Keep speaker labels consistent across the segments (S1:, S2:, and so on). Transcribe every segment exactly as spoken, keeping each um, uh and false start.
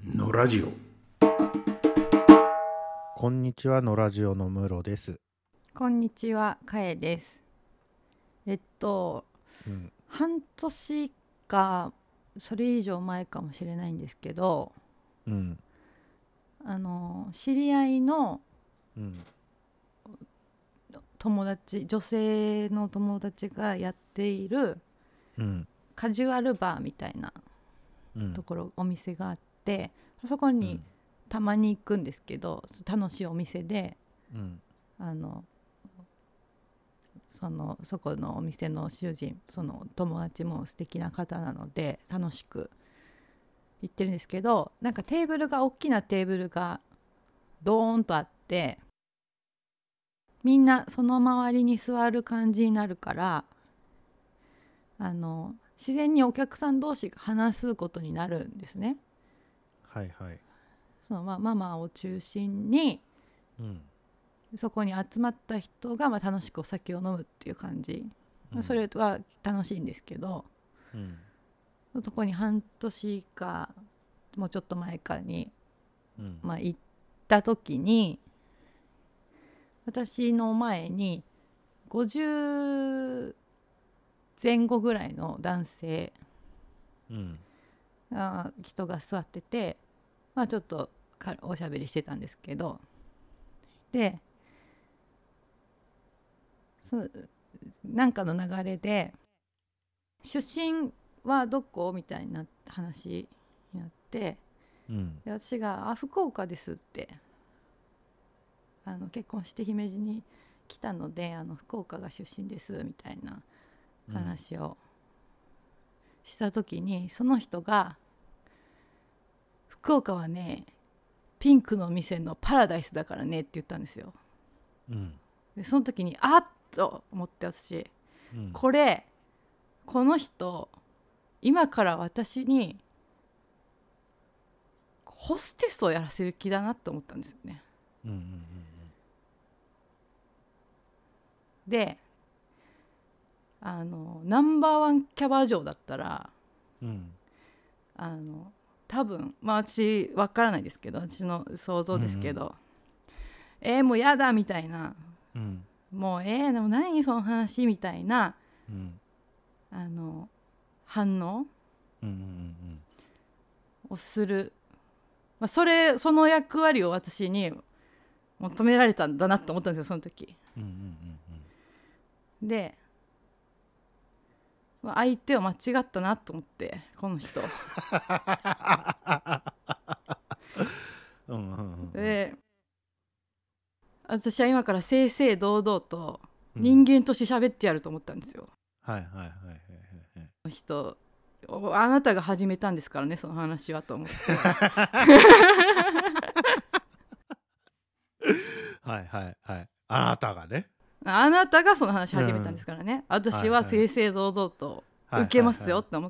S1: のラジオ。
S2: こんにちは、のラジオのムロです。
S3: こんにちは、かえです。えっと、うん、半年かそれ以上前かもしれないんですけど、うん、あの知り合いの友達、女性の友達がやっているカジュアルバーみたいなところ、うん、お店があって、そこにたまに行くんですけど、楽しいお店で、うん、あのそのそこのお店の主人、その友達も素敵な方なので楽しく行ってるんですけど、なんかテーブルが大きなテーブルがドーンとあって、みんなその周りに座る感じになるから、あの自然にお客さん同士が話すことになるんですね。
S2: はいはい。
S3: その、まあ、ママを中心に、うん、そこに集まった人がまあ楽しくお酒を飲むっていう感じ、うん、それは楽しいんですけど、うん、そこに半年かもうちょっと前かに、うんまあ、行った時に、私の前にごじゅうぜん後ぐらいの男性が、うん、人が座ってて、まあ、ちょっとおしゃべりしてたんですけど、でなんかの流れで出身はどこみたいな話になって、うん、で私があ福岡ですって、あの結婚して姫路に来たのであの福岡が出身ですみたいな話をした時に、うん、その人が福岡はねピンクの店のパラダイスだからねって言ったんですよ、うん、でその時にあっと思って、私、うん、これこの人今から私にホステスをやらせる気だなって思ったんですよね、うんうんうんうん、であのナンバーワンキャバ嬢だったら、うん、あの多分まあ私分からないですけど、私の想像ですけど、うんうん、えー、もうやだみたいな、うん、もうえー、でも何その話みたいな、うん、あの反応、うんうんうん、をする、まあ、それその役割を私に求められたんだなって思ったんですよ、その時、うんうんうんうん、で相手を間違ったなと思って、この人で私は今から正々堂々と人間として喋ってやると思ったんですよ、
S2: うん、はいはいはいはい
S3: はい。この人あなたが始めたんですからねその話はと思って
S2: はいはいはい、あなたがね
S3: あなたがその話始めたんですからね、うん、私は正々堂々と受けますよって思って、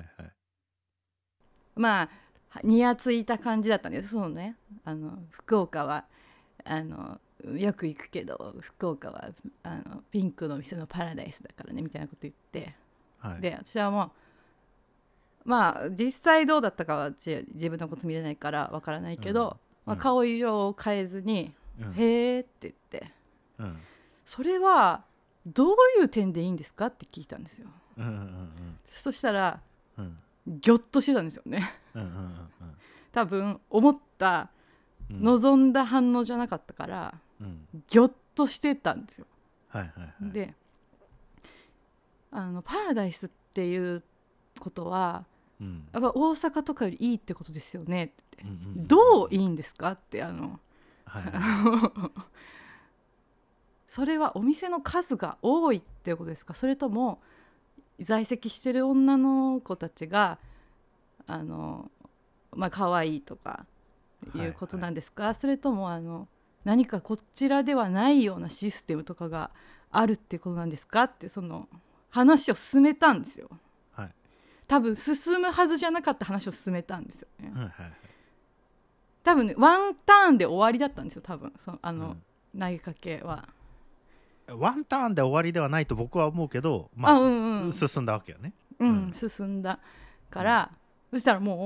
S3: まあにやついた感じだったんですよ。そのね、あの福岡はあのよく行くけど福岡はあのピンクの店のパラダイスだからねみたいなこと言って、はい、で私はもうまあ実際どうだったかは自分のこと見れないからわからないけど、うんまあ、顔色を変えずに、うん、へーって言って、うん、それはどういう点でいいんですかって聞いたんですよ、うんうんうん、そしたら、うん、ギョッとしてたんですよね、うんうんうん、多分思った望んだ反応じゃなかったから、うん、ギョッとしてたんですよ、はいはいはい、であのパラダイスっていうことは、うん、やっぱ大阪とかよりいいってことですよねって、うんうんうん、どういいんですかってあの、はいはい、それはお店の数が多いっていうことですか、それとも在籍してる女の子たちがあのまあ可愛いとかいうことなんですか、はいはい、それともあの何かこちらではないようなシステムとかがあるってことなんですかって、その話を進めたんですよ、はい、多分進むはずじゃなかった話を進めたんですよね、はいはいはい、多分ねワンターンで終わりだったんですよ、多分そのあの、うん、投げかけは
S2: ワンターンで終わりではないと僕は思うけど、まあ、あ、うんうん、進んだわけよね、
S3: うん、うん、進んだから、うん、そしたらもう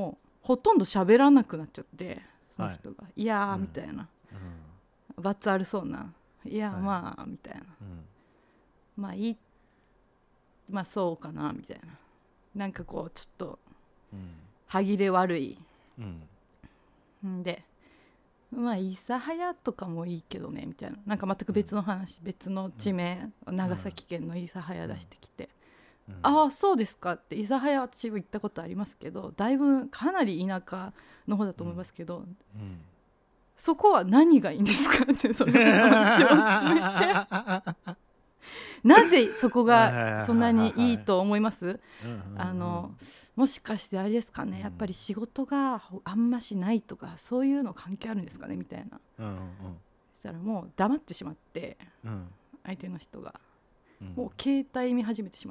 S3: ほとんど喋らなくなっちゃってその人が、はい、いやー、
S2: うん、
S3: みたいな、
S2: うん、
S3: 罰あるそうな、いや、
S2: はい、
S3: まあみたいな、うん、まあいい、まあそうかなみたいな、なんかこうちょっと歯切れ悪い、うん、でまあ諫早とかもいいけどねみたいな、なんか全く別の話、うん、別の地名、うん、長崎県の諫早出してきて、うん、ああそうですかって、諫早私も行ったことありますけど、だいぶかなり田舎の方だと思いますけど、うんうん、そこは何がいいんですかってその話を進めてなぜそこがそんなにいいと思います？あのもしかしてあれですかね、やっぱり仕事があんましないとかそういうの関係あるんですかねみたいな、うんうん、そしたらもう黙ってしまって、うん、相手の人が、うん、もう携帯見始めてしまって、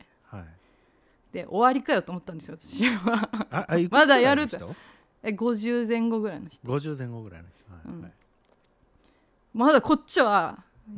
S3: はい、で終わりかよと思ったんですよ私はああまだやると、えごじゅうぜん後ぐらいの人、
S2: ごじゅうぜん後ぐらいの人、はいはい、
S3: まだこっちはうん、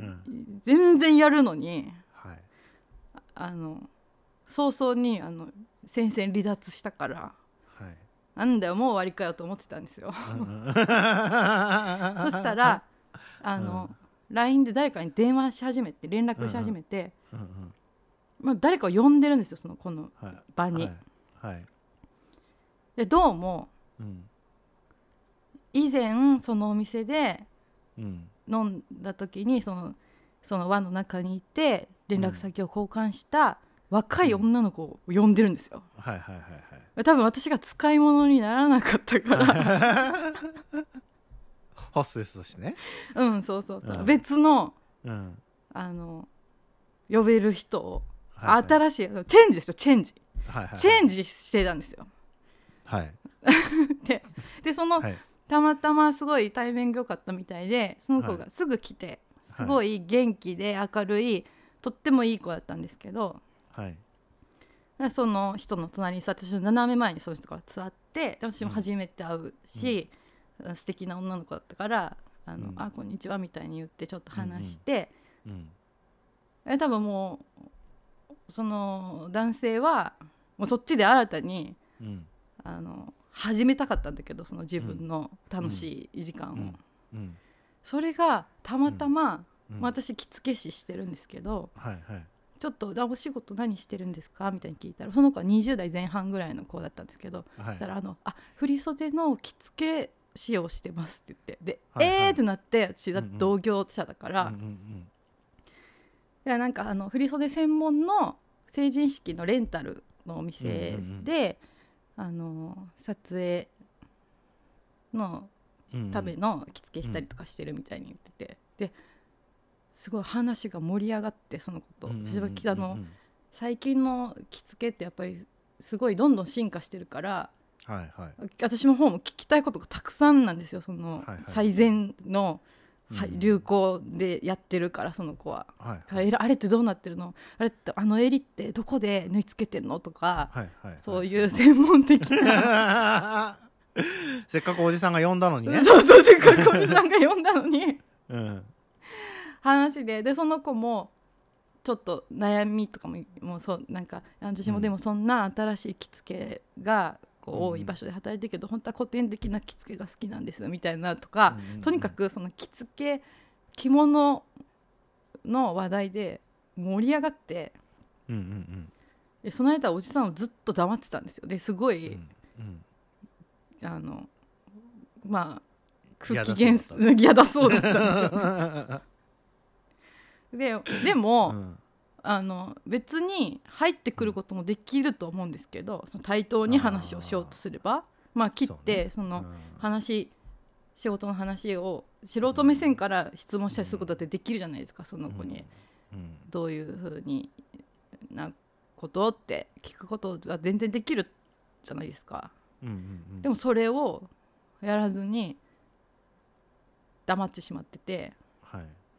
S3: 全然やるのに、はい、あの早々にあの戦線離脱したから、はい、なんだよもう終わりかよと思ってたんですよ、うん、そしたらあの、うん、ライン で誰かに電話し始めて連絡し始めて、うんうんうんまあ、誰かを呼んでるんですよそのこの場に、はいはいはい、でどうも、うん、以前そのお店で、うん飲んだ時にその、その輪の中にいて連絡先を交換した若い女の子を呼んでるんですよ、うん、はいはいはいはい、多分私が使い物にならなかったから
S2: ホステスとしてね、
S3: うんそうそうそう、うん、別の、うん、あの呼べる人を、はいはい、新しいチェンジですよチェンジ、はいはいはい、チェンジしてたんですよ、はいで, でその、はいたまたますごい対面が良かったみたいでその子がすぐ来て、はい、すごい元気で明るいとってもいい子だったんですけど、はい、その人の隣に座って私の斜め前にその人が座って私も初めて会うし、うん、素敵な女の子だったからあの、うん、あこんにちはみたいに言ってちょっと話して、うんうん、え多分もうその男性はもうそっちで新たに、うん、あの始めたかったんだけどその自分の楽しい時間を、うんうんうん、それがたまたま、うんまあ、私着付け師してるんですけど、はいはい、ちょっとお仕事何してるんですかみたいに聞いたらその子はにじゅう代前半ぐらいの子だったんですけど、はい、そしたらあのあ振り袖の着付け師をしてますって言ってで、はいはい、えーってなって私だって同業者だから、うんうんうん、いやなんかあの振り袖専門の成人式のレンタルのお店で、うんうんうんあの撮影のための着付けしたりとかしてるみたいに言ってて、うんうん、ですごい話が盛り上がってそのこと、うんうんうんうん、私はあの最近の着付けってやっぱりすごいどんどん進化してるから、はいはい、私の方も聞きたいことがたくさんなんですよその最前のはい、流行でやってるからその子は、はいはい、あれってどうなってるのあれってあの襟ってどこで縫い付けてんのとか、はいはいはい、そういう専門的な
S2: せっかくおじさんが呼んだのにね
S3: そうそうせっかくおじさんが呼んだのに、うん、話ででその子もちょっと悩みとかももうそうなんか私もでもそんな新しい着付けがこう多い場所で働いてるけど、うん、本当は古典的な着付けが好きなんですみたいなとか、うんうんうん、とにかくその着付け着物の話題で盛り上がって、うんうんうん、でその間おじさんはずっと黙ってたんですよですごい、うんうん、あのまあ空気嫌だそうだったんですよで, でも、うんあの別に入ってくることもできると思うんですけどその対等に話をしようとすればまあ切ってその話仕事の話を素人目線から質問したりすることってできるじゃないですかその子にどういうふうになことって聞くことが全然できるじゃないですか、うんうんうん、でもそれをやらずに黙ってしまってて、はい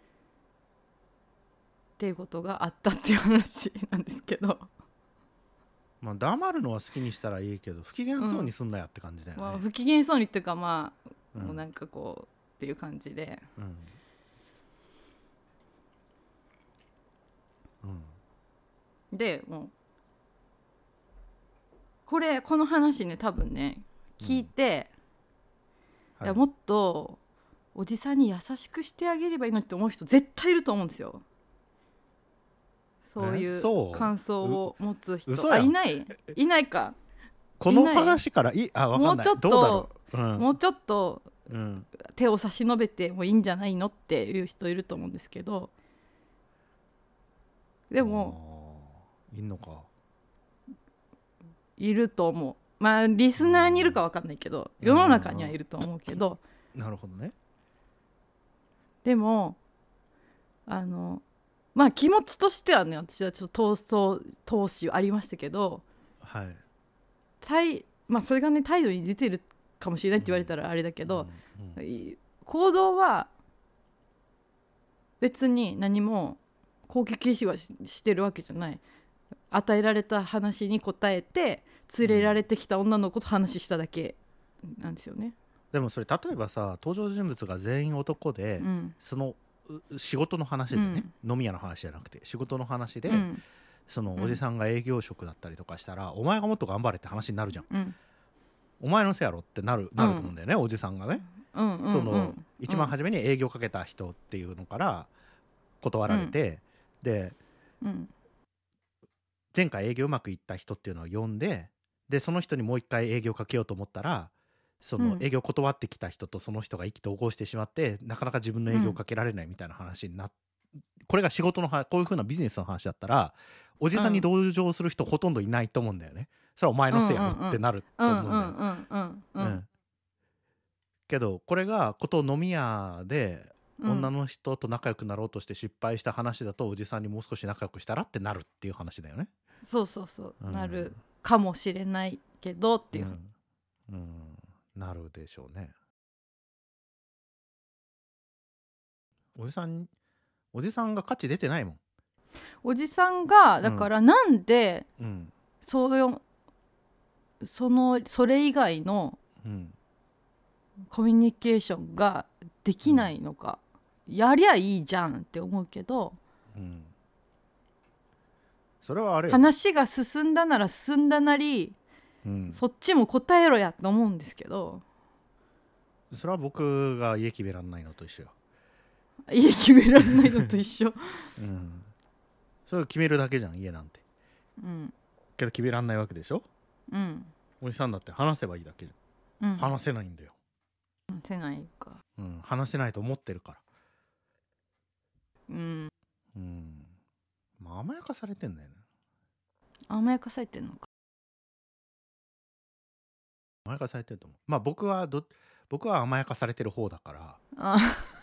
S3: っていうことがあったっていう話なんですけど
S2: まあ黙るのは好きにしたらいいけど不機嫌そうにすんなやって感じだよね、
S3: うんまあ、不機嫌そうにっていうかまあ、うん、もうなんかこうっていう感じで、うんうん、でもうこれこの話ね多分ね聞いて、
S2: うん、
S3: いやもっとおじさんに優しくしてあげればいいのにって思う人絶対いると思うんですよ。そういう感想を持つ人、あ、いないいないか。
S2: この話からいあ分かんない、
S3: もうちょっと
S2: どうだろう、うん、
S3: もうちょっと
S2: うん、
S3: 手を差し伸べてもいいんじゃないのっていう人いると思うんですけど、でも
S2: いんのか、
S3: いると思う。まあリスナーにいるか分かんないけど、世の中にはいると思うけど、
S2: なるほどね。
S3: でもあのまあ気持ちとしてはね、私はちょっと闘争闘志ありましたけど、
S2: はい、
S3: 態まあそれがね態度に出てるかもしれないって言われたらあれだけど、うんうん、行動は別に何も攻撃意識は し, してるわけじゃない。与えられた話に答えて連れられてきた女の子と話しただけなんですよね。
S2: でもそれ例えばさ、登場人物が全員男で、うん、その仕事の話でね、うん、飲み屋の話じゃなくて仕事の話で、うん、そのおじさんが営業職だったりとかしたら、うん、お前がもっと頑張れって話になるじゃん、うん、お前のせいやろってなる、なると思うんだよね、うん、おじさんがね、うんうんうん、その一番初めに営業かけた人っていうのから断られて、うん、で、うん、前回営業うまくいった人っていうのを呼んで、でその人にもう一回営業かけようと思ったら、その営業断ってきた人とその人が意気投合してしまって、なかなか自分の営業かけられないみたいな話になっ、うん、これが仕事のこういう風なビジネスの話だったら、おじさんに同情する人ほとんどいないと思うんだよね。それはお前のせいやろってなると思うんだよ。けどこれがこと飲み屋で女の人と仲良くなろうとして失敗した話だと、おじさんにもう少し仲良くしたらってなるっていう話だよね。
S3: そうそうそう、うん、なるかもしれないけどっていう、うん
S2: うん、なるでしょうね。おじさんおじさんが価値出てないもん。
S3: おじさんがだからなんで、うん、そのそのそれ以外のコミュニケーションができないのか、うん、やりゃいいじゃんって思うけど、うん、
S2: それはあれよ、
S3: 話が進んだなら進んだなり、うん、そっちも答えろやと思うんですけど、
S2: それは僕が家決めらんないのと一緒よ。
S3: 家決めらんないのと一緒、
S2: うん、それを決めるだけじゃん家なんて、うん、けど決めらんないわけでしょ、うん、おじさんだって話せばいいだけじゃん、うん、話せないんだよ。
S3: 話せないか、
S2: うん、話せないと思ってるから、うん、うん、まあ甘やかされてんだよね。
S3: 甘やかされてんのか。
S2: 甘やかされてると思う。まあ僕はど僕は甘やかされてる方だから。あ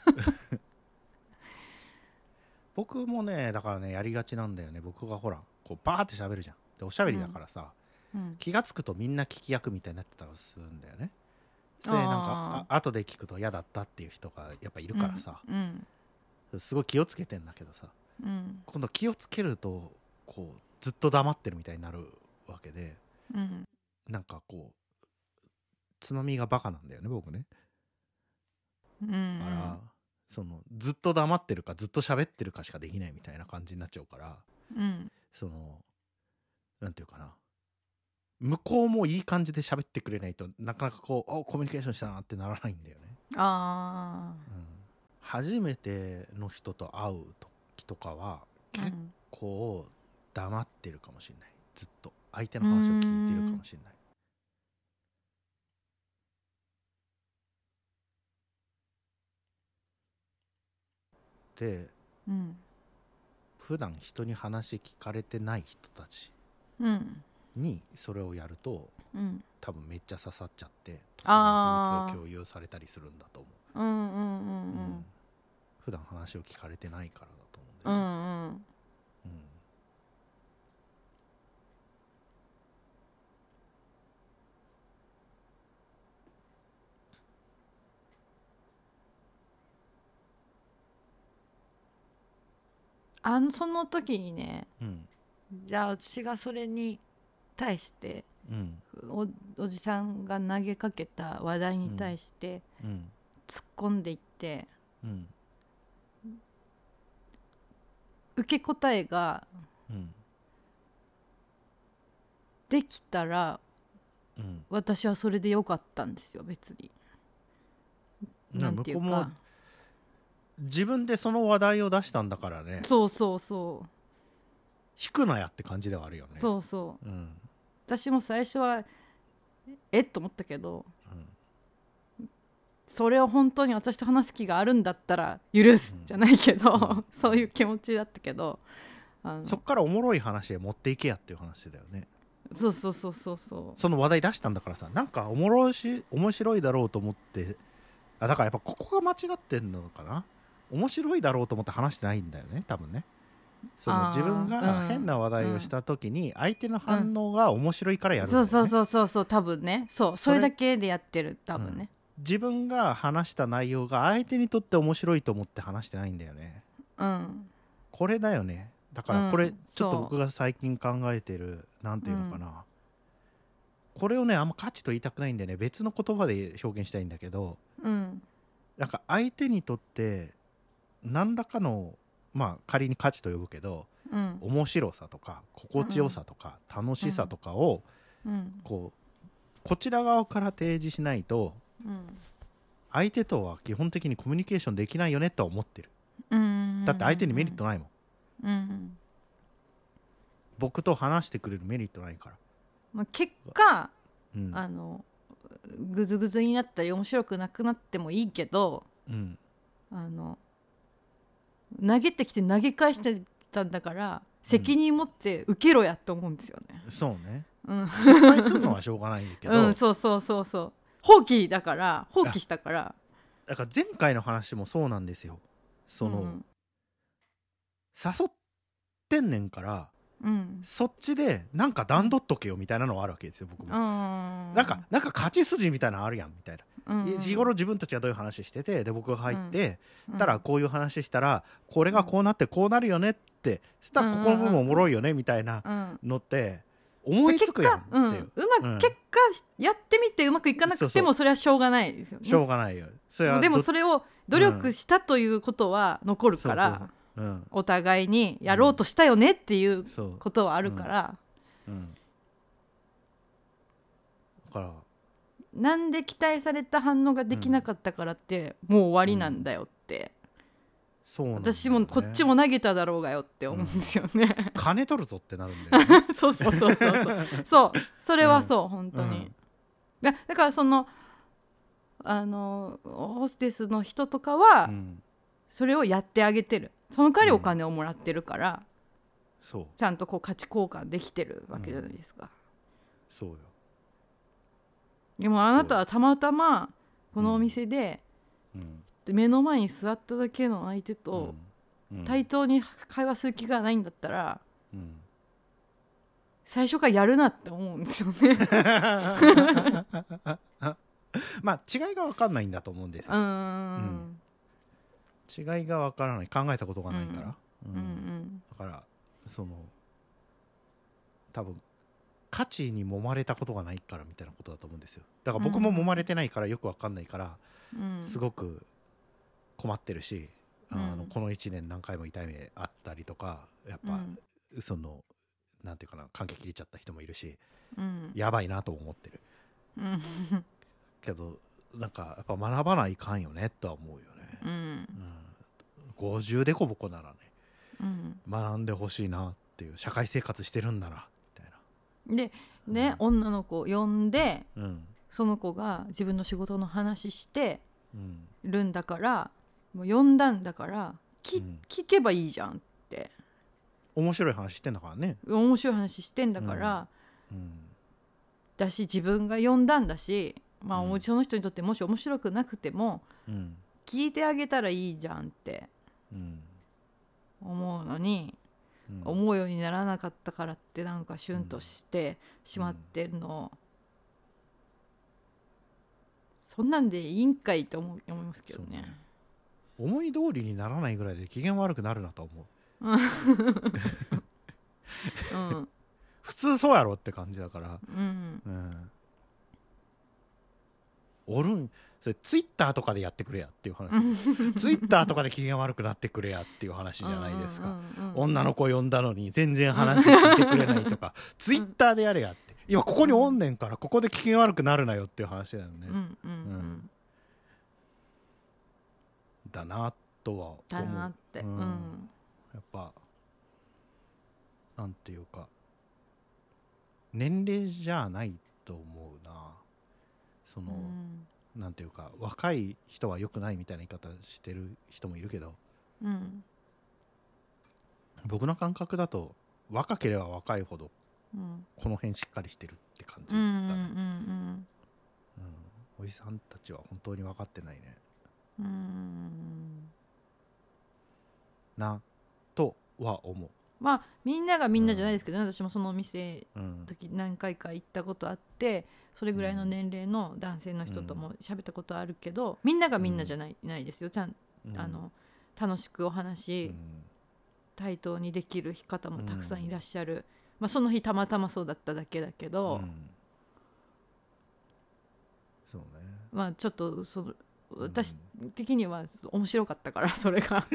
S2: 僕もねだからねやりがちなんだよね。僕がほらこうバーって喋るじゃん。でおしゃべりだからさ、うん、気がつくとみんな聞き役みたいになってたりするんだよね。それなんかあ後で聞くと嫌だったっていう人がやっぱいるからさ、うんうん、すごい気をつけてんだけどさ、うん、今度気をつけるとこうずっと黙ってるみたいになるわけで、うん、なんかこうつまみがバカなんだよね僕ね、うんうん、だからそのずっと黙ってるかずっと喋ってるかしかできないみたいな感じになっちゃうから、うん、そのなんていうかな、向こうもいい感じで喋ってくれないとなかなかこうコミュニケーションしたなってならないんだよね。あ、うん、初めての人と会う時とかは結構黙ってるかもしれない、ずっと相手の話を聞いてるかもしれない。で、うん、普段人に話聞かれてない人たちにそれをやると、うん、多分めっちゃ刺さっちゃって土地の秘密を共有されたりするんだと思う。うんうんうんうんうん、普段話を聞かれてないからだと思うんだよね。うんうんうん、
S3: あのその時にね、うん、じゃあ私がそれに対して、うん、お, おじさんが投げかけた話題に対して突っ込んでいって、うん、受け答えができたら
S2: うん、
S3: 私はそれでよかったんですよ別に。なんていうか、向こうも
S2: 自分でその話題を出したんだからね。
S3: そうそうそう、
S2: 引くなやって感じではあるよね。
S3: そうそう、
S2: うん、
S3: 私も最初はえっと思ったけど、うん、それを本当に私と話す気があるんだったら許す、うん、じゃないけど、うん、そういう気持ちだったけど、
S2: あのそっからおもろい話へ持っていけやっていう話だよね。
S3: そうそうそうそうそう、
S2: その話題出したんだからさ、なんかおもろいし面白いだろうと思って、あだからやっぱここが間違ってんのかな。面白いだろうと思って話してないんだよね多分ね。その自分が変な話題をした時に相手の反応が面白いからやるんだよね、
S3: うんうん、そうそうそうそう多分ね、そうそれだけでやってる多分ね、
S2: うん、自分が話した内容が相手にとって面白いと思って話してないんだよね、
S3: うん、
S2: これだよね。だからこれちょっと僕が最近考えてる、なんていうのかな、うん、これをねあんま価値と言いたくないんでね別の言葉で表現したいんだけど、
S3: うん、
S2: なんか相手にとって何らかのまあ仮に価値と呼ぶけど、うん、面白さとか心地よさとか楽しさとかを、うん、こうこちら側から提示しないと、うん、相手とは基本的にコミュニケーションできないよねとは思ってる、うん、だって相手にメリットないもん、うん、僕と話してくれるメリットないから、
S3: まあ、結果、うん、あのグズグズになったり面白くなくなってもいいけど、うん、あの投げてきて投げ返してたんだから責任持って受けろやって思うんですよね、
S2: うん、そうね、うん、失敗するのはしょうがないけど、
S3: うん、そうそうそうそう、放棄だから放棄したから、
S2: だから前回の話もそうなんですよ。その、うん、誘ってんねんから、うん、そっちでなんか段取っとけよみたいなのはあるわけですよ僕も、うん、なんかなんか勝ち筋みたいなのあるやんみたいな、うんうん、日頃自分たちがどういう話しててで僕が入って、うん、たらこういう話したらこれがこうなってこうなるよねってしたらここの部分おもろいよねみたいなのって思いつくやんっていう、うん、う
S3: まく結果やってみてうまくいかなくてもそれはしょうがないですよね。
S2: しょうがないよ。それは
S3: でもそれを努力したということは残るから、うんそうそううん、お互いにやろうとしたよねっていうことはあるから、うんうん、だからなんで期待された反応ができなかったからって、うん、もう終わりなんだよって、うん、そうなんだよね、私もこっちも投げただろうがよって思うんですよね、
S2: うん、金取るぞってなるんだよね
S3: そうそうそうそうそうそれはそう、うん、本当に、うん、だ, だからそのあのホステスの人とかは、うん、それをやってあげてる、その代わりお金をもらってるから、うん、そうちゃんとこう価値交換できてるわけじゃないですか、うん、そうよ。でもあなたはたまたまこのお店で、うん、で目の前に座っただけの相手と対等に会話する気がないんだったら、うん、最初からやるなって思うんですよね
S2: まあ違いが分かんないんだと思うんですよ。うん、うん、違いが分からない、考えたことがないから、うんうんうん、だからその多分価値に揉まれたことがないからみたいなことだと思うんですよ。だから僕も揉まれてないからよく分かんないから、うん、すごく困ってるし、うん、あのこのいちねん何回も痛い目あったりとかやっぱ、うん、そのなんていうかな関係切れちゃった人もいるし、うん、やばいなと思ってる、うん、けどなんかやっぱ学ばないかんよねとは思うよね、うんうん、ごじゅうデコボコならね、うん、学んでほしいなっていう、社会生活してるんだな
S3: でね、うん、女の子を呼んで、うん、その子が自分の仕事の話してるんだから、うん、もう呼んだんだからき、うん、聞けばいいじゃんって、
S2: 面白い話してんだからね、
S3: 面白い話してんだから、うんうん、だし自分が呼んだんだし、まあ、うん、その人にとってもし面白くなくても、うん、聞いてあげたらいいじゃんって思うのに、うん、思うようにならなかったからってなんかシュンとしてしまってるの、うん、そんなんでいいんかいと思いますけどね。
S2: 思い通りにならないぐらいで機嫌悪くなるなと思う、うん、普通そうやろって感じだから、うんうん、おるんそれツイッターとかでやってくれやっていう話ツイッターとかで機嫌悪くなってくれやっていう話じゃないですか、うんうんうんうん、女の子呼んだのに全然話聞いてくれないとかツイッターでやれやって、 今ここにおんねんから、ここで機嫌悪くなるなよっていう話だよね、
S3: うんうんうん、う
S2: ん、
S3: ん、
S2: だなとは思う。
S3: だなって、うん、うん、
S2: やっぱなんていうか年齢じゃないと思うな。その、うん、なんていうか若い人は良くないみたいな言い方してる人もいるけど、
S3: うん、
S2: 僕の感覚だと若ければ若いほどこの辺しっかりしてるって感じだね、うんうんうんうん、おじさんたちは本当に分かってないね、うん、なとは思う。
S3: まあみんながみんなじゃないですけど、ね、うん、私もそのお店時何回か行ったことあって、それぐらいの年齢の男性の人とも喋ったことあるけど、みんながみんなじゃない、うん、ないですよ。ちゃん、うん、あの楽しくお話、うん、対等にできる方もたくさんいらっしゃる、うん、まあ、その日たまたまそうだっただけだけど、うん、そうね、まあちょっとそ私的には面白かったからそれが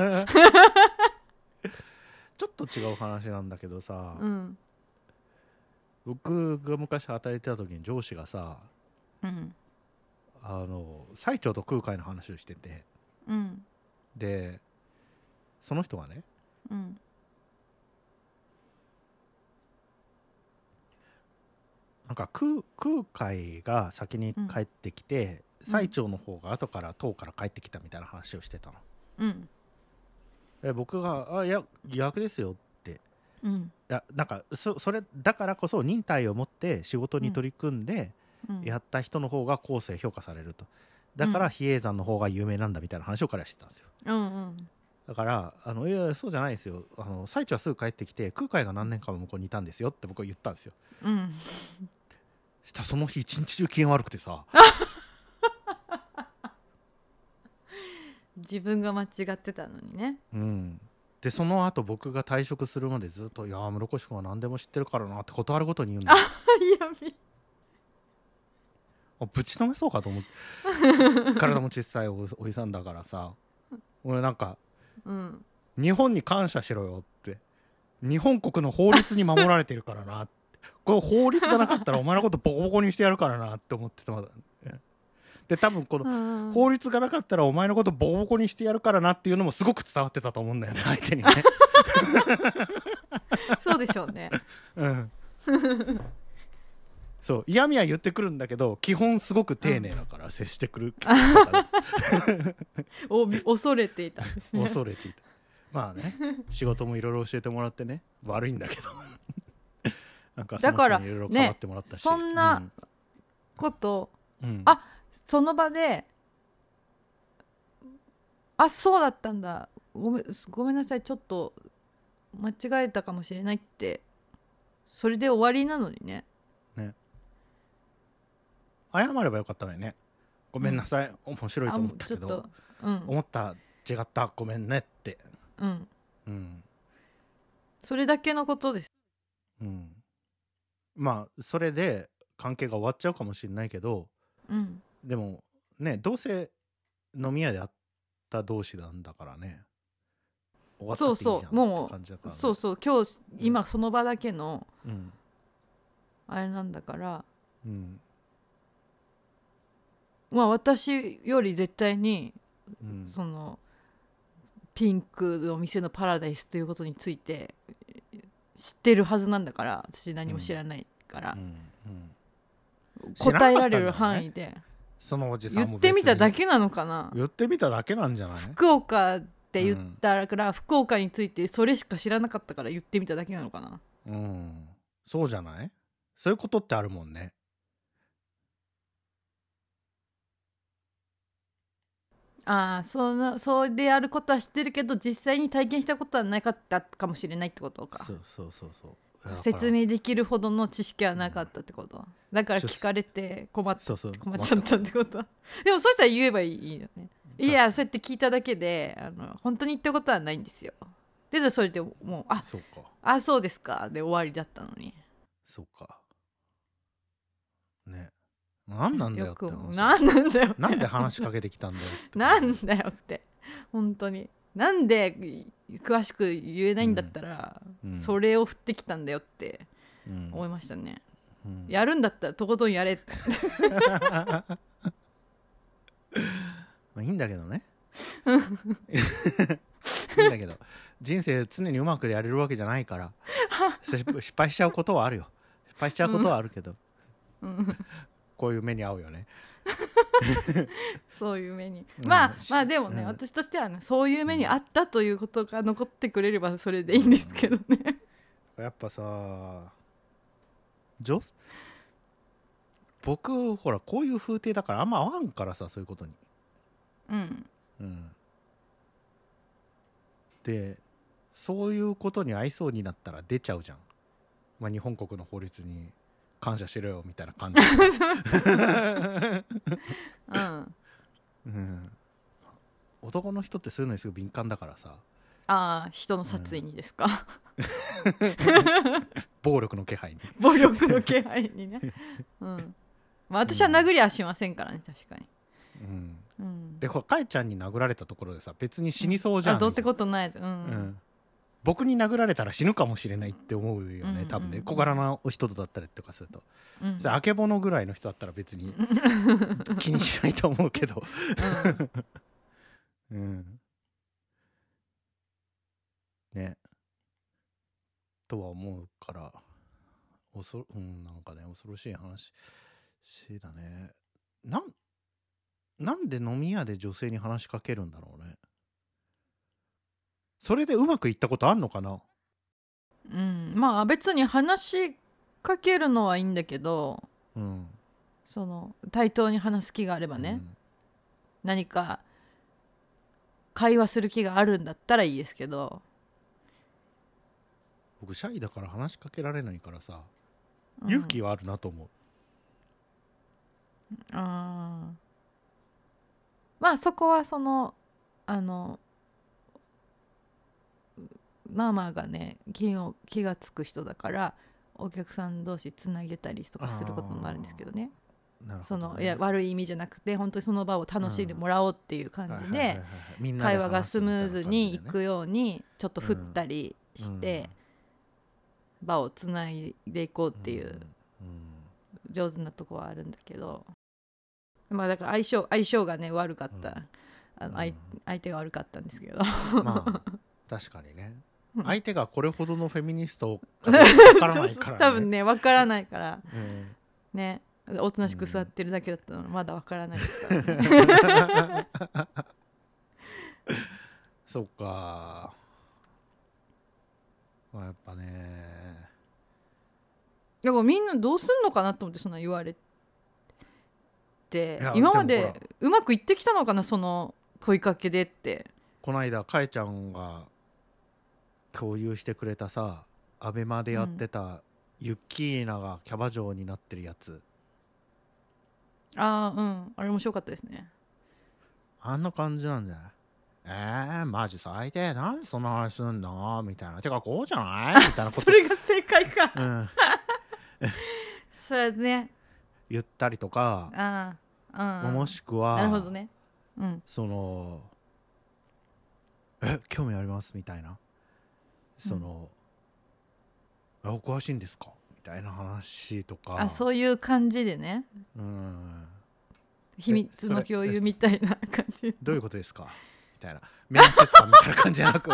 S2: ちょっと違う話なんだけどさ、
S3: うん、
S2: 僕が昔働いてた時に上司がさ、うん、あの最澄と空海の話をしてて、うん、でその人がね、うん、なんか 空, 空海が先に帰ってきて、うん、最澄の方が後から唐から帰ってきたみたいな話をしてたの、うん、で僕があいや逆ですよって、うん、いやなんか そ, それだからこそ忍耐を持って仕事に取り組んでやった人の方が後世評価されると、だから比叡山の方が有名なんだみたいな話を彼はしてたんですよ、うんうん、だからあのいやそうじゃないですよ、あの最澄はすぐ帰ってきて空海が何年間も向こうにいたんですよって僕は言ったんですよ、うん、したらその日一日中機嫌悪くてさ
S3: 自分が間違ってたのにね、
S2: うん、でその後僕が退職するまでずっといや室越君は何でも知ってるからなって断るごとに言うんだよ。ぶちのめそうかと思って体も小さい お, おじさんだからさ、俺なんか、うん、日本に感謝しろよって、日本国の法律に守られてるからなってこれ法律がなかったらお前のことボコボコにしてやるからなって思ってたまだで多分この法律がなかったらお前のことボコボコにしてやるからなっていうのもすごく伝わってたと思うんだよね相手にね
S3: そうでしょうね、うん
S2: そう嫌味は言ってくるんだけど基本すごく丁寧だから接してくる、
S3: うん、恐れていたんですね。
S2: 恐れていた。まあね仕事もいろいろ教えてもらってね悪いんだけどなんかその人にいろいろ変わってもらったし、
S3: だからねそんなこと、うん、あその場であそうだったんだ ごめん、ごめんなさいちょっと間違えたかもしれないってそれで終わりなのにね。
S2: ね謝ればよかったのにね。ごめんなさい、うん、面白いと思ったけど、うん、思った違ったごめんねって、うんうん、
S3: それだけのことです、
S2: うん、まあそれで関係が終わっちゃうかもしれないけど、うん、でもねどうせ飲み屋で会った同士なんだからね終わったっていいじゃんって感じだからね。
S3: そうそう今日今その場だけの、うん、あれなんだから、うん、まあ私より絶対に、うん、そのピンクの店のパラダイスということについて知ってるはずなんだから、私何も知らないから、うんうんうん、答えられる範囲で
S2: そのおじさんも
S3: 言ってみただけなのかな。
S2: 言ってみただけなんじゃない。
S3: 福岡って言ったから、うん、福岡についてそれしか知らなかったから言ってみただけなのかな。
S2: うん、そうじゃない。そういうことってあるもんね。
S3: ああ、そのそうであることは知ってるけど実際に体験したことはなかったかもしれないってことか。
S2: そうそうそうそう
S3: 説明できるほどの知識はなかったってこと、うん、だから聞かれて困っ、そうそう困っちゃったってことでもそうしたら言えばいいよね。いやそうやって聞いただけであの本当に言ったことはないんですよ。でそれでもうあそうかあそうですかで終わりだったのに。
S2: そうかね。何なんだよって話。
S3: 何なんだよ
S2: なんで話しかけてきたんだよって
S3: なんだよって本当になんで詳しく言えないんだったら、うん、それを振ってきたんだよって思いましたね、
S2: う
S3: うん、やるんだったらとことんやれって
S2: まあいいんだけどねいいんだけど人生常にうまくやれるわけじゃないから失敗しちゃうことはあるよ。失敗しちゃうことはあるけど、うん、こういう目に遭うよね
S3: そういう目に、うん、まあまあでもね、うん、私としては、ね、そういう目にあったということが残ってくれればそれでいいんですけどね、
S2: うん、やっぱさ女僕ほらこういう風景だからあんま合わんからさ、そういうことにうん、うん、でそういうことに合いそうになったら出ちゃうじゃん、まあ、日本国の法律に感謝しろよみたいな感じうん、うん、男の人ってそういうのにすごい敏感だからさ。
S3: ああ、人の殺意にですか、うん、
S2: 暴力の気配に
S3: 暴力の気配にね、うんまあ、私は殴りはしませんからね、確かに、うん
S2: うん、でこれかえちゃんに殴られたところでさ別に死にそうじゃん、うん、
S3: あどうってことない、うんうん、
S2: 僕に殴られたら死ぬかもしれないって思うよね、うんうんうん、多分ね小柄な人だったりとかすると、うん、あけぼのぐらいの人だったら別に気にしないと思うけどうん、うんねとは思うからおそ、うん、なんかね恐ろしい話だね。なんなんで飲み屋で女性に話しかけるんだろうね。それでうまくいったことあんのかな。
S3: うんまあ別に話しかけるのはいいんだけど、うん、その対等に話す気があればね、うん、何か会話する気があるんだったらいいですけど、
S2: 僕シャイだから話しかけられないからさ、うん、勇気はあるなと思う。
S3: あまあそこはそのあのママがね 気を気がつく人だからお客さん同士つなげたりとかすることもあるんですけどね。なるほどね。そのいや悪い意味じゃなくて本当にその場を楽しんでもらおうっていう感じで会話がスムーズにいくようにちょっと振ったりして場をつないでいこうっていう上手なとこはあるんだけど、まあだから相性相性がね悪かった、うん、あの 相, 相手が悪かったんですけど
S2: まあ確かにね相手がこれほどのフェミニストかわからないからね多
S3: 分ねわからないから、うん、ねおとなしく座ってるだけだったのまだわからないですからね
S2: そっか、まあ、やっぱね
S3: でもみんなどうすんのかなと思ってそんな言われて今までうまくいってきたのかなその問いかけでって。
S2: この間かえちゃんが共有してくれたさアベマでやってた、うん、ユッキーナがキャバ嬢になってるやつ、
S3: ああうんあれ面白かったですね。
S2: あんな感じなんじゃない。えー、マジ最低なんでそんな話すんのみたいな、てかこうじゃないみたいなこと
S3: それが正解か、うん、それね
S2: 言ったりとか、ああ、うん、もしくは
S3: なるほどね、うん、
S2: そのえ興味ありますみたいなその、うん、お詳しいんですかみたいな話とか、
S3: あそういう感じでね、うん秘密の共有みたいな感じ
S2: どういうことですかみたいな面接官みたいな感じじゃなく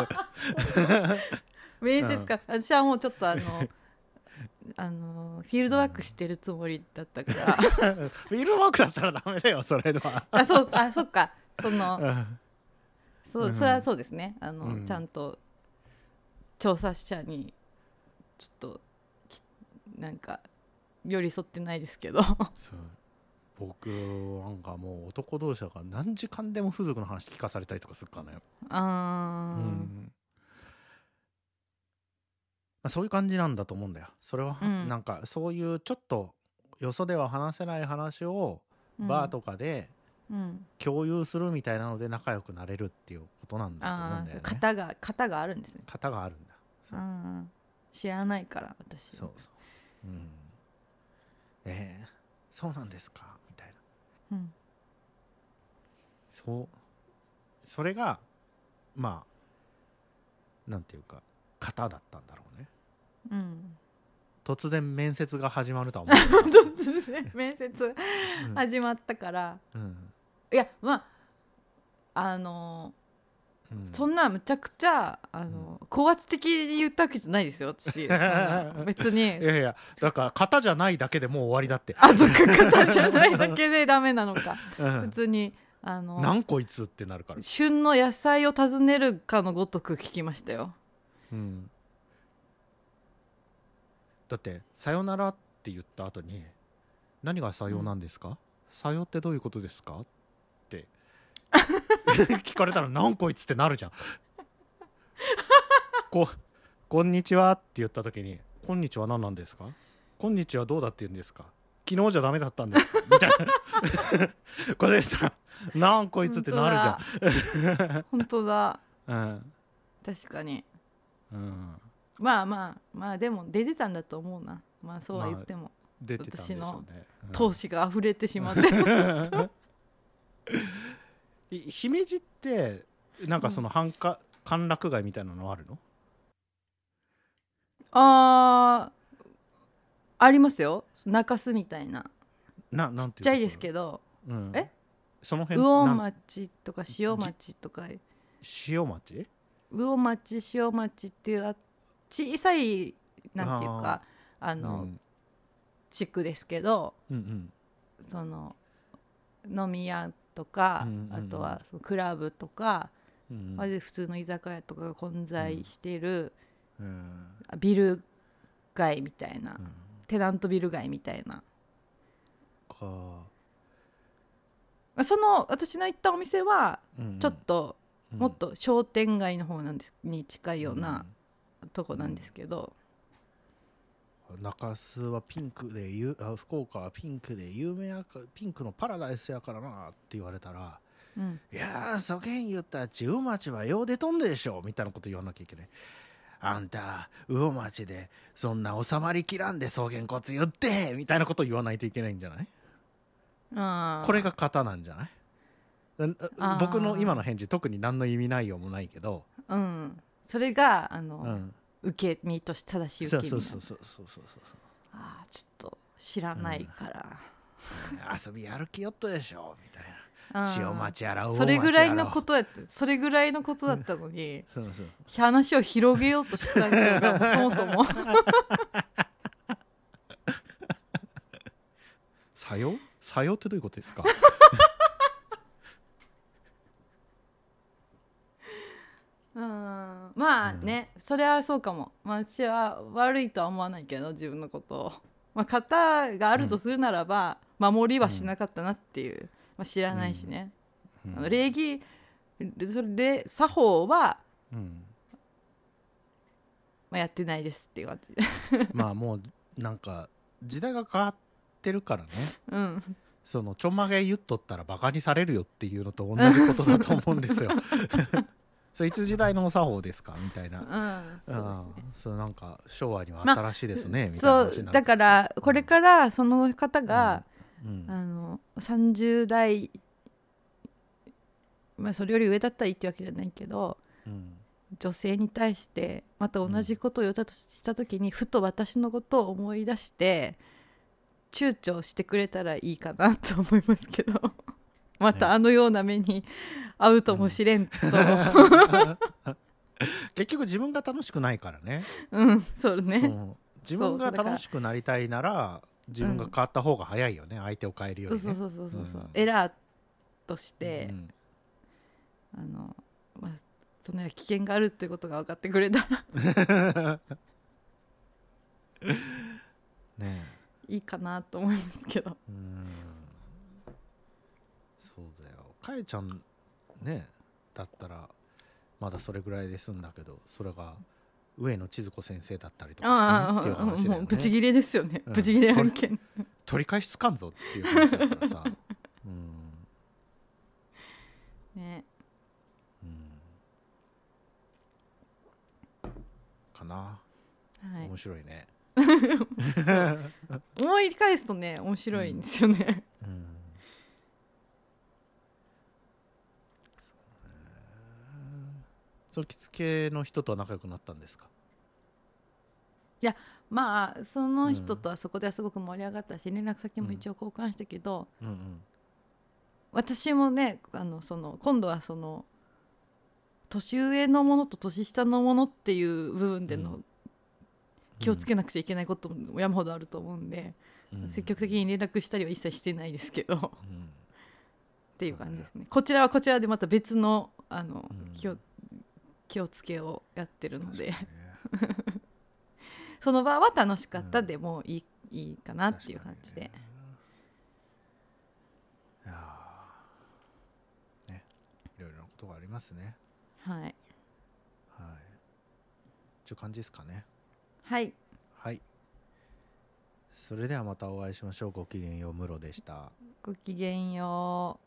S3: 面接官、うん、私はもうちょっとあのあのフィールドワークしてるつもりだったからフ
S2: ィールドワークだったらダメだよそれは
S3: あそうあそっかその、うん、そう、それはそうですねあの、うん、ちゃんと調査者にちょっとなんか寄り添ってないですけど
S2: そう僕なんかもう男同士だから何時間でも風俗の話聞かされたりとかするからね。あ、うんまあ、そういう感じなんだと思うんだよそれは、うん、なんかそういうちょっとよそでは話せない話をバーとかで共有するみたいなので仲良くなれるっていうことなんだと思うんだよね。
S3: 型が型があるんですね。
S2: 型があるんだ。
S3: そう、うん、知らないから私。
S2: そうそう、うん、えー、そうなんですかみたいな、うん、そうそれがまあなんていうか型だったんだろうね。うん突然面接が始まるとは思う
S3: 突然面接始まったから、うん、いやまああのうん、そんなむちゃくちゃあの、うん、高圧的に言ったわけじゃないですよ私別にい
S2: やいやだから型じゃないだけでもう終わりだって。
S3: あそっか型じゃないだけでダメなのか、うん、普通にあの
S2: なんこいつってなるから
S3: 旬の野菜を尋ねるかのごとく聞きましたよ、うん、
S2: だってさよならって言った後に何がさようなんですか、うん、さようってどういうことですかって聞かれたらなんこいつってなるじゃんこ, こんにちはって言った時にこんにちは何なんですか、こんにちはどうだって言うんですか、昨日じゃダメだったんですかみたいなこれ言ったらなんこいつってなるじゃん
S3: 本当だ、うん、確かに、うん、まあまあまあでも出てたんだと思うな。まあそうは言っても、まあ出てたんでしょうね、私の闘志が溢れてしまって
S2: 姫路ってなんかその繁華、うん、歓楽街みたいなのあるの？
S3: あーありますよ、中洲みたいな、
S2: ななんていう
S3: ちっちゃいですけど、うん、え
S2: その辺
S3: 魚町とか塩町とか、
S2: 塩町
S3: 魚町塩町っていう小さいなんていうかあの、うん、地区ですけど、うんうん、その飲み屋とか、うんうんうん、あとはそのクラブとか、うんうん、普通の居酒屋とかが混在している、うん、ビル街みたいな、うん、テナントビル街みたいなか。その私の行ったお店はちょっともっと商店街の方なんですに近いようなとこなんですけど、
S2: 中洲はピンクでゆあ福岡はピンクで有名やかピンクのパラダイスやからなって言われたら、うん、いやーそげん言ったら千代町はよう出とんでしょみたいなこと言わなきゃいけない。あんた魚町でそんな収まりきらんで草原コツ言ってみたいなことを言わないといけないんじゃない？あこれが型なんじゃない？僕の今の返事特に何の意味内容もないけど、
S3: うん、それがあの、うん、受け身として正しい受け身なんだ。そうそうそうそうそうそう。ああちょっと知らないから、
S2: うん、遊び歩きよっとでしょみたいな、塩町やら魚町やら
S3: それぐらいのことやってそれぐらいのことだったのにそうそう話を広げようとしたのがそもそも
S2: さよさよってどういうことですか
S3: うんまあね、うん、それはそうかも、まあ、私は悪いとは思わないけど自分のことを、まあ、型があるとするならば、うん、守りはしなかったなっていう、まあ、知らないしね、うんうん、あの礼儀それ作法は、うんまあ、やってないですっていう感じ
S2: まあもうなんか時代が変わってるからね、うん、そのちょんまげ言っとったらバカにされるよっていうのと同じことだと思うんですよそれいつ時代の作法ですかみたいな、うんそうですね、そうなんか昭和には新しいですね、まあ、みたいな話になる。
S3: そうだからこれからその方が、うんうん、あのさんじゅう代、まあ、それより上だったらいいってわけじゃないけど、うん、女性に対してまた同じことを言ったとした時に、うん、ふと私のことを思い出して躊躇してくれたらいいかなと思いますけどまたあのような目に遭うともしれんと、うん、
S2: 結局自分が楽しくないからね。
S3: うんそうね。
S2: そう自分が楽しくなりたいなら自分が変わった方が早いよね、うん、相手を変えるよりね。
S3: そうそうそうそうそう、うん、エラーとして、うん、あのまあその危険があるってことが分かってくれたらねいいかなと思いますけど。うん
S2: そうだよかえちゃんねだったらまだそれぐらいで済んだけどそれが上野千鶴子先生だったりとかしてねっていう話だよね。もう
S3: ブチギレですよね、うん、ブチギレ案件
S2: 取り返しつかんぞっていう話だからさうんねうんかな、はい、面白いね
S3: 思い返すとね面白いんですよね、うんうん
S2: その着付けの人とは仲良くなったんですか？
S3: いやまあその人とはそこではすごく盛り上がったし、うん、連絡先も一応交換したけど、うんうんうん、私もねあのその今度はその年上のものと年下のものっていう部分での気をつけなくちゃいけないことも山ほどあると思うんで、うん、積極的に連絡したりは一切してないですけど、うん、っていう感じですね。こちらはこちらでまた別の、あの、うん、気を、気をつけをやってるので、ね、その場は楽しかったでもいい、うん、いいかなっていう感じで、ね、
S2: いやね、いろいろなことがありますね。
S3: はい、はい、
S2: という感じですかね。
S3: はい
S2: はい、それではまたお会いしましょう。ごきげんよう、ムロでした。
S3: ごきげんよう。